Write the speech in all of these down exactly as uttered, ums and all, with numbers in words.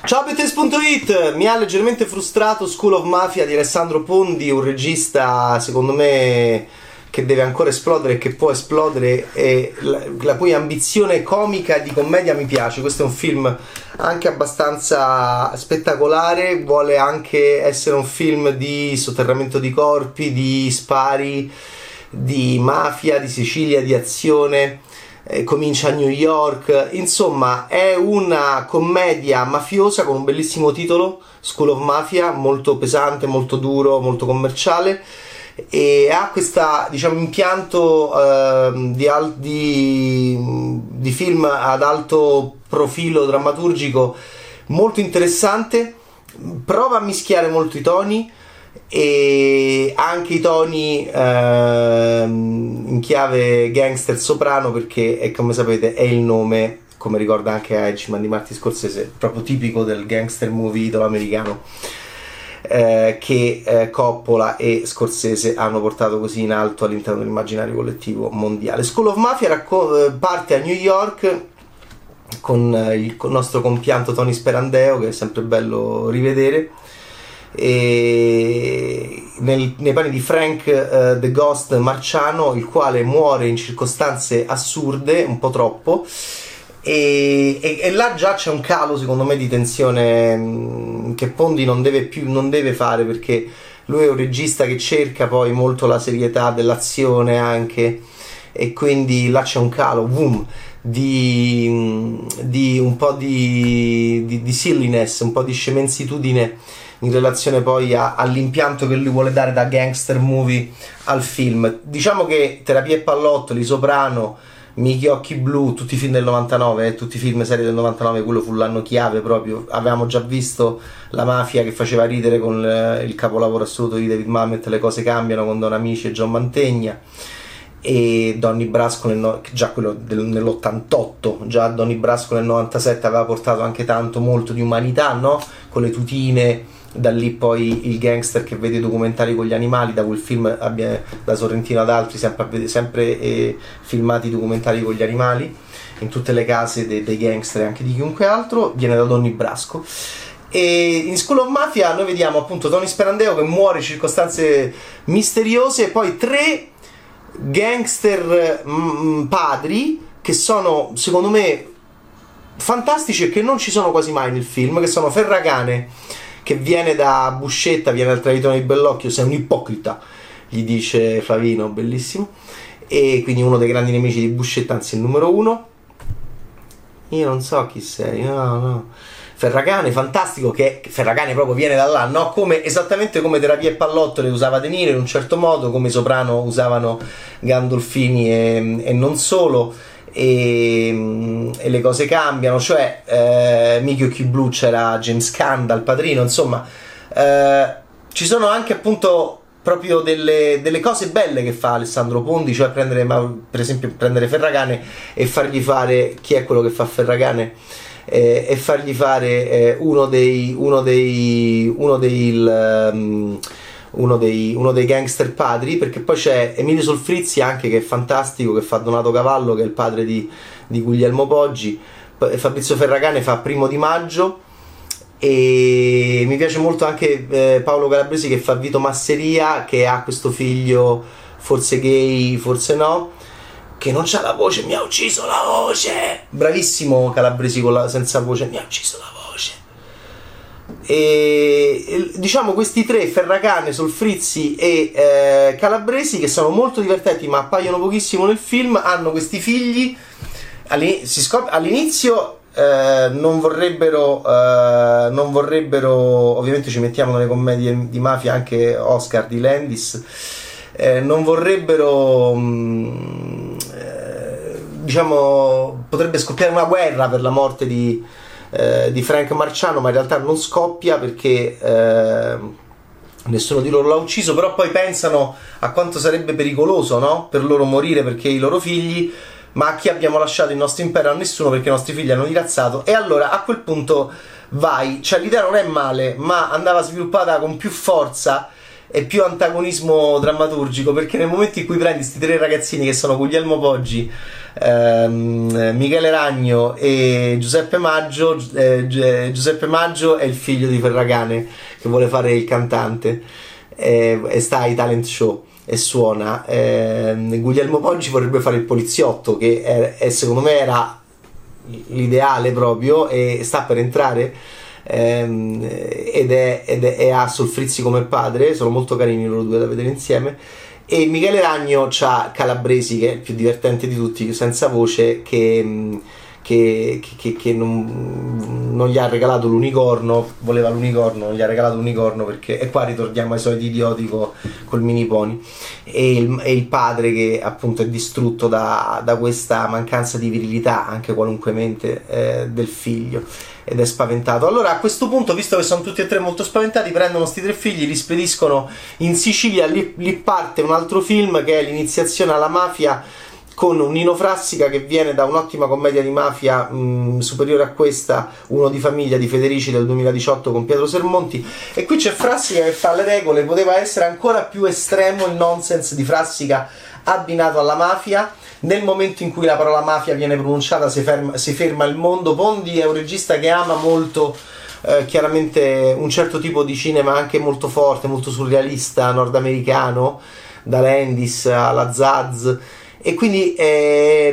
Ciao Bettes punto it, mi ha leggermente frustrato School of Mafia di Alessandro Pondi, un regista secondo me che deve ancora esplodere e che può esplodere, e la, la cui ambizione comica e di commedia mi piace. Questo è un film anche abbastanza spettacolare, vuole anche essere un film di sotterramento di corpi, di spari, di mafia, di Sicilia, di azione. Eh, comincia a New York, insomma è una commedia mafiosa con un bellissimo titolo, School of Mafia, molto pesante, molto duro, molto commerciale, e ha questa, diciamo, impianto eh, di, al- di, di film ad alto profilo drammaturgico molto interessante, prova a mischiare molto i toni e anche i toni ehm, in chiave gangster soprano, perché è, come sapete, è il nome, come ricorda anche Irishman di Martin Scorsese, proprio tipico del gangster movie italo-americano eh, che eh, Coppola e Scorsese hanno portato così in alto all'interno dell'immaginario collettivo mondiale. School of Mafia racco- parte a New York con eh, il con nostro compianto Tony Sperandeo, che è sempre bello rivedere, e nel, nei panni di Frank uh, the Ghost Marciano, il quale muore in circostanze assurde, un po' troppo, e, e, e là già c'è un calo secondo me di tensione mh, che Pondi non deve più non deve fare, perché lui è un regista che cerca poi molto la serietà dell'azione anche, e quindi là c'è un calo boom, di, di un po' di, di, di silliness, un po' di scemenzitudine in relazione poi a, all'impianto che lui vuole dare da gangster movie al film. Diciamo che Terapia e pallottoli, Soprano, Michi Occhi Blu, tutti i film del novantanove, eh, tutti i film serie del novantanove, quello fu l'anno chiave proprio. Avevamo già visto La Mafia, che faceva ridere, con eh, il capolavoro assoluto di David Mamet, Le cose cambiano, con Don Amici e John Mantegna, e Donnie Brasco nel no- già quello del, nell'ottantotto, già Donnie Brasco nel novantasette aveva portato anche tanto, molto di umanità, no? Con le tutine. Da lì poi il gangster che vede documentari con gli animali, da quel film abbia, da Sorrentino ad altri, sempre, sempre eh, filmati documentari con gli animali in tutte le case de- dei gangster e anche di chiunque altro, viene da Donnie Brasco. E in School of Mafia noi vediamo appunto Tony Sperandeo che muore in circostanze misteriose, e poi tre gangster mh, padri che sono secondo me fantastici e che non ci sono quasi mai nel film, che sono Ferragane, che viene da Buscetta, viene dal Traditore di Bellocchio, sei un ipocrita, gli dice Flavino, bellissimo, e quindi uno dei grandi nemici di Buscetta, anzi il numero uno. Io non so chi sei, no, no. Ferragane, fantastico, che Ferragane proprio viene da là, no? Come, esattamente come Terapia e pallottole usava De Niro in un certo modo, come Soprano usavano Gandolfini e, e non solo, e, e Le cose cambiano, cioè eh, Michi Occhi Blu c'era James Caan dal Padrino, insomma eh, ci sono anche appunto proprio delle, delle cose belle che fa Alessandro Pondi, cioè prendere per esempio prendere Ferragane e fargli fare, chi è quello che fa Ferragane? Eh, e fargli fare eh, uno dei uno dei uno dei um, uno dei uno dei gangster padri, perché poi c'è Emilio Solfrizzi anche, che è fantastico, che fa Donato Cavallo, che è il padre di, di Guglielmo Poggi. Fabrizio Ferragane fa Primo di Maggio, e mi piace molto anche eh, Paolo Calabresi, che fa Vito Masseria, che ha questo figlio forse gay, forse no, che non c'ha la voce, mi ha ucciso la voce, bravissimo Calabresi con la, senza voce, mi ha ucciso la voce. E, e diciamo questi tre, Ferragane, Solfrizzi e eh, Calabresi, che sono molto divertenti ma appaiono pochissimo nel film, hanno questi figli. All'in- si scop- all'inizio eh, non vorrebbero eh, non vorrebbero ovviamente ci mettiamo nelle commedie di mafia anche Oscar di Landis, eh, non vorrebbero mh, eh, diciamo potrebbe scoppiare una guerra per la morte di Eh, di Frank Marciano, ma in realtà non scoppia perché eh, nessuno di loro l'ha ucciso, però poi pensano a quanto sarebbe pericoloso, no? Per loro morire perché i loro figli, ma a chi abbiamo lasciato il nostro impero? A nessuno, perché i nostri figli hanno dirazzato. E allora a quel punto vai, cioè l'idea non è male, ma andava sviluppata con più forza e più antagonismo drammaturgico, perché nel momento in cui prendi questi tre ragazzini che sono Guglielmo Poggi, ehm, Michele Ragno e Giuseppe Maggio, eh, Giuseppe Maggio è il figlio di Ferragane che vuole fare il cantante, eh, e sta ai talent show e suona. eh, Guglielmo Poggi vorrebbe fare il poliziotto, che è, è, secondo me era l'ideale proprio, e sta per entrare, ehm, ed, è, ed è e ha Solfrizzi come padre, sono molto carini loro due da vedere insieme. E Michele Ragno c'ha Calabresi, che è il più divertente di tutti, senza voce, che, che, che, che non, non gli ha regalato l'unicorno, voleva l'unicorno, non gli ha regalato l'unicorno perché, e qua ritorniamo ai soliti idioti co, col mini pony, e il, e il padre che appunto è distrutto da, da questa mancanza di virilità, anche qualunquemente, eh, del figlio, ed è spaventato. Allora a questo punto, visto che sono tutti e tre molto spaventati, prendono sti tre figli, li spediscono in Sicilia. Lì, lì parte un altro film che è l'iniziazione alla mafia, con un Nino Frassica che viene da un'ottima commedia di mafia mh, superiore a questa, Uno di famiglia di Federici del duemiladiciotto con Pietro Sermonti, e qui c'è Frassica che fa le regole. Poteva essere ancora più estremo il nonsense di Frassica abbinato alla mafia. Nel momento in cui la parola mafia viene pronunciata si ferma, si ferma il mondo. Pondi è un regista che ama molto eh, chiaramente un certo tipo di cinema, anche molto forte, molto surrealista, nordamericano, da Landis alla Zaz, e quindi è,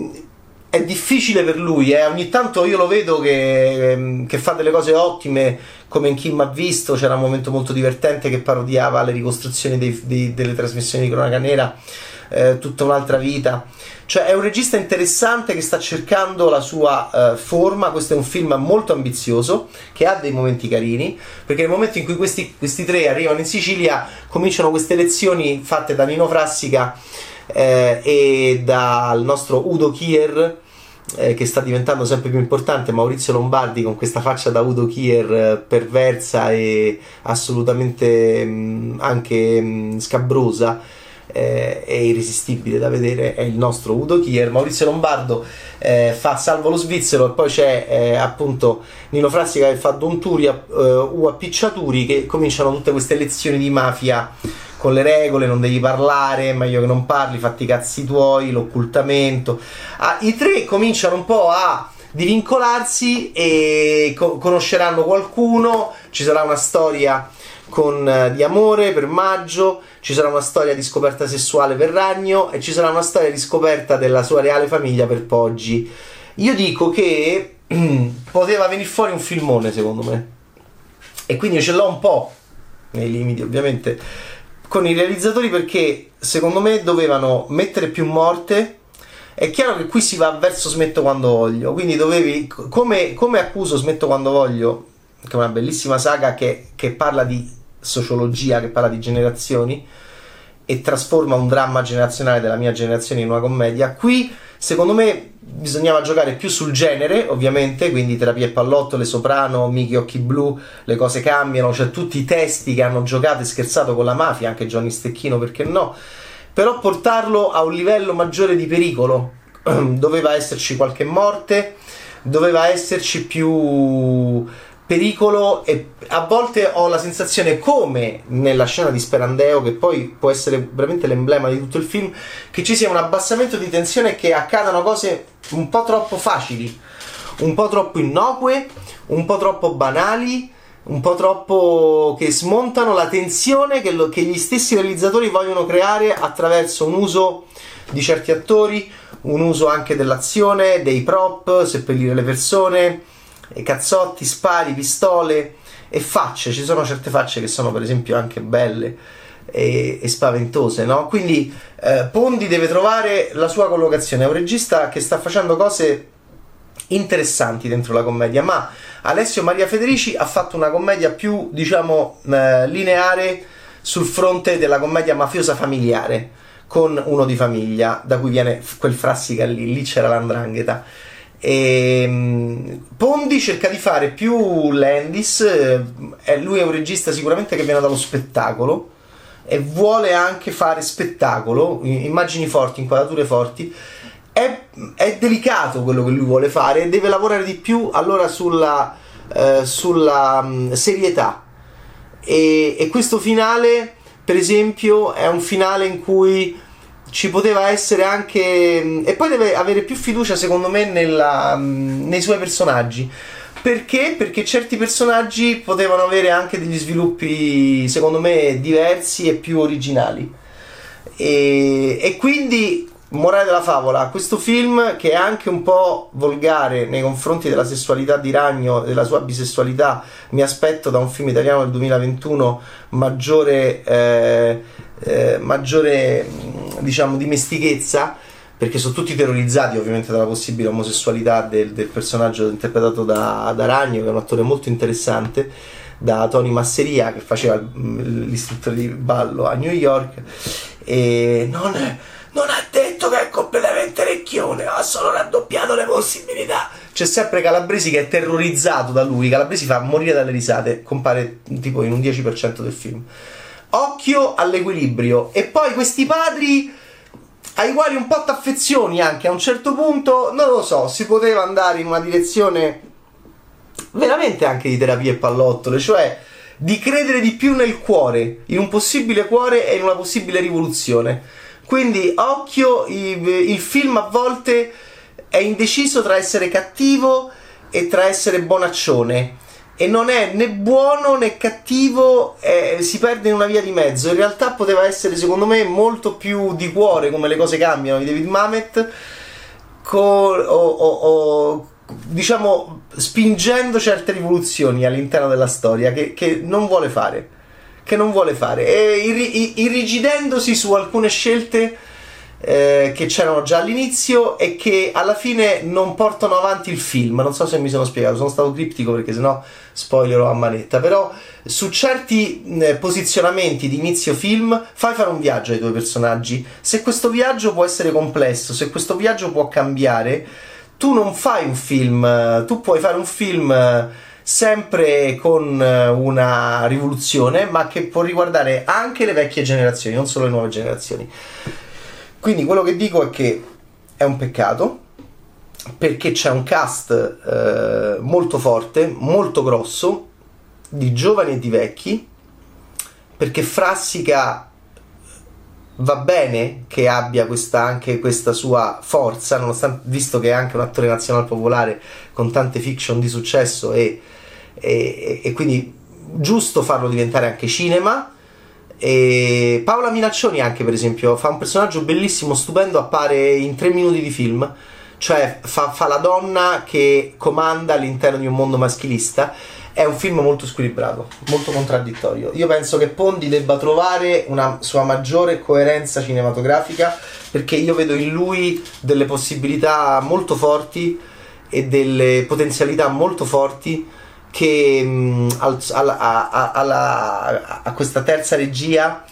è difficile per lui, eh. Ogni tanto io lo vedo che, che fa delle cose ottime, come in Chi m'ha visto c'era un momento molto divertente che parodiava le ricostruzioni dei, dei, delle trasmissioni di cronaca nera, eh, Tutta un'altra vita. Cioè è un regista interessante che sta cercando la sua uh, forma. Questo è un film molto ambizioso, che ha dei momenti carini, perché nel momento in cui questi, questi tre arrivano in Sicilia cominciano queste lezioni fatte da Nino Frassica eh, e dal nostro Udo Kier, eh, che sta diventando sempre più importante, Maurizio Lombardi, con questa faccia da Udo Kier eh, perversa e assolutamente mh, anche mh, scabrosa. Eh, è irresistibile da vedere, è il nostro Udo Kier. Maurizio Lombardo eh, fa Salvo lo Svizzero, e poi c'è eh, appunto Nino Frassica che fa Don Turia eh, u Appicciaturi, che cominciano tutte queste lezioni di mafia con le regole: non devi parlare, meglio che non parli, fatti i cazzi tuoi, l'occultamento. Ah, i tre cominciano un po' a divincolarsi e co- conosceranno qualcuno, ci sarà una storia con, uh, di amore per Maggio, ci sarà una storia di scoperta sessuale per Ragno, e ci sarà una storia di scoperta della sua reale famiglia per Poggi. Io dico che poteva venire fuori un filmone, secondo me, e quindi io ce l'ho un po', nei limiti ovviamente, con i realizzatori, perché secondo me dovevano mettere più morte. È chiaro che qui si va verso Smetto quando voglio, quindi dovevi, come, come Accuso Smetto quando voglio, che è una bellissima saga che, che parla di sociologia, che parla di generazioni e trasforma un dramma generazionale della mia generazione in una commedia. Qui secondo me bisognava giocare più sul genere, ovviamente, quindi Terapia e Pallotto, Le Soprano, Michi Occhi Blu, Le cose cambiano, cioè tutti i testi che hanno giocato e scherzato con la mafia, anche Johnny Stecchino, perché no, però portarlo a un livello maggiore di pericolo. Doveva esserci qualche morte, doveva esserci più pericolo, e a volte ho la sensazione, come nella scena di Sperandeo, che poi può essere veramente l'emblema di tutto il film, che ci sia un abbassamento di tensione e che accadano cose un po' troppo facili, un po' troppo innocue, un po' troppo banali, un po' troppo che smontano la tensione che, lo, che gli stessi realizzatori vogliono creare attraverso un uso di certi attori, un uso anche dell'azione, dei prop, seppellire le persone, cazzotti, spari, pistole e facce. Ci sono certe facce che sono per esempio anche belle e, e spaventose, no? Quindi eh, Pondi deve trovare la sua collocazione. È un regista che sta facendo cose interessanti dentro la commedia, ma Alessio Maria Federici ha fatto una commedia più, diciamo, eh, lineare sul fronte della commedia mafiosa familiare, con Uno di famiglia, da cui viene quel Frassica lì, lì c'era l'andrangheta. E Pondi cerca di fare più Landis, eh, lui è un regista sicuramente che viene dallo spettacolo e vuole anche fare spettacolo, immagini forti, inquadrature forti. È, è delicato quello che lui vuole fare, deve lavorare di più allora sulla, eh, sulla um, serietà, e, e questo finale per esempio, è un finale in cui ci poteva essere anche, e poi deve avere più fiducia secondo me nella, nei suoi personaggi. Perché? Perché certi personaggi potevano avere anche degli sviluppi secondo me diversi e più originali, e, e quindi morale della favola, questo film, che è anche un po' volgare nei confronti della sessualità di Ragno, della sua bisessualità, mi aspetto da un film italiano del duemilaventuno maggiore eh, eh, maggiore diciamo dimestichezza, perché sono tutti terrorizzati ovviamente dalla possibile omosessualità del, del personaggio interpretato da, da Ragno, che è un attore molto interessante, da Tony Masseria, che faceva l'istruttore di ballo a New York. E non, non ha detto che è completamente recchione, ha solo raddoppiato le possibilità. C'è sempre Calabresi che è terrorizzato da lui. Calabresi fa morire dalle risate, compare tipo in un dieci per cento del film. Occhio all'equilibrio. E poi questi padri ai quali un po' t'affezioni anche a un certo punto, non lo so, si poteva andare in una direzione veramente anche di terapia e pallottole, cioè di credere di più nel cuore, in un possibile cuore e in una possibile rivoluzione. Quindi occhio, il film a volte è indeciso tra essere cattivo e tra essere bonaccione, e non è né buono né cattivo, eh, si perde in una via di mezzo. In realtà poteva essere secondo me molto più di cuore, come Le cose cambiano di David Mamet, con, o, o, o diciamo spingendo certe rivoluzioni all'interno della storia che, che non vuole fare che non vuole fare e irri, irrigidendosi su alcune scelte eh, che c'erano già all'inizio e che alla fine non portano avanti il film. Non so se mi sono spiegato, sono stato criptico perché sennò spoilerò a manetta, però su certi eh, posizionamenti di inizio film fai fare un viaggio ai tuoi personaggi. Se questo viaggio può essere complesso, se questo viaggio può cambiare, tu non fai un film, tu puoi fare un film sempre con una rivoluzione, ma che può riguardare anche le vecchie generazioni, non solo le nuove generazioni. Quindi quello che dico è che è un peccato, perché c'è un cast eh, molto forte, molto grosso, di giovani e di vecchi, perché Frassica va bene che abbia questa, anche questa sua forza, nonostante, visto che è anche un attore nazionale popolare con tante fiction di successo, e, e, e quindi giusto farlo diventare anche cinema. E Paola Minaccioni anche, per esempio, fa un personaggio bellissimo, stupendo, appare in tre minuti di film, cioè fa, fa la donna che comanda all'interno di un mondo maschilista. È un film molto squilibrato, molto contraddittorio. Io penso che Pondi debba trovare una sua maggiore coerenza cinematografica, perché io vedo in lui delle possibilità molto forti e delle potenzialità molto forti che mh, al, alla, a, alla, a questa terza regia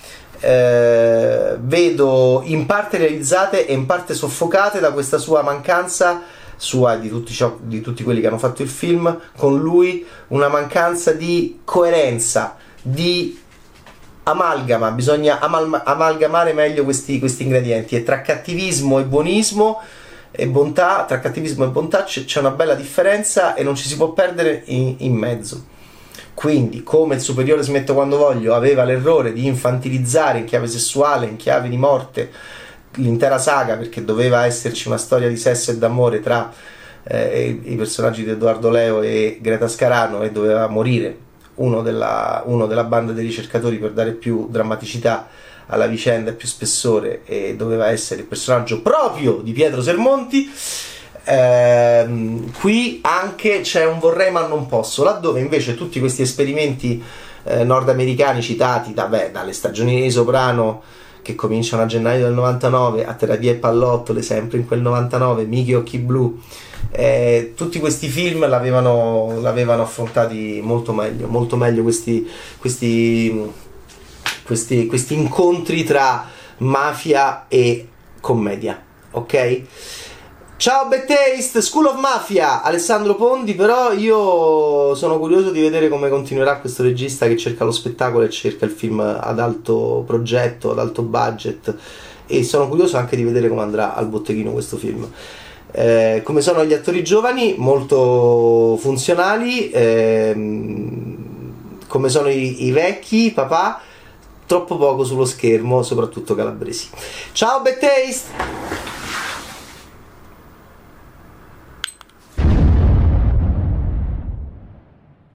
eh, vedo in parte realizzate e in parte soffocate da questa sua mancanza, sua e di tutti, ciò, di tutti quelli che hanno fatto il film con lui, una mancanza di coerenza, di amalgama. Bisogna amal- amalgamare meglio questi, questi ingredienti, e tra cattivismo e buonismo e bontà, tra cattivismo e bontà c'è, c'è una bella differenza e non ci si può perdere in, in mezzo. Quindi, come Il superiore smetto quando voglio aveva l'errore di infantilizzare in chiave sessuale, in chiave di morte, l'intera saga, perché doveva esserci una storia di sesso e d'amore tra eh, i personaggi di Edoardo Leo e Greta Scarano, e doveva morire uno della, uno della banda dei ricercatori per dare più drammaticità alla vicenda e più spessore, e doveva essere il personaggio proprio di Pietro Sermonti. Ehm, qui anche c'è un vorrei ma non posso, laddove invece tutti questi esperimenti eh, nordamericani citati da, beh, dalle stagioni di Soprano, che cominciano a gennaio del novantanove, a Terapia e pallottole sempre in quel novantanove, Mickey Occhi Blu, eh, tutti questi film l'avevano, l'avevano affrontati molto meglio, molto meglio questi, questi, questi, questi incontri tra mafia e commedia, ok? Ciao Bad Taste, School of Mafia, Alessandro Pondi. Però io sono curioso di vedere come continuerà questo regista che cerca lo spettacolo e cerca il film ad alto progetto, ad alto budget, e sono curioso anche di vedere come andrà al botteghino questo film. Eh, come sono gli attori giovani, molto funzionali, ehm, come sono i, i vecchi papà, troppo poco sullo schermo, soprattutto calabresi. Ciao Bad Taste!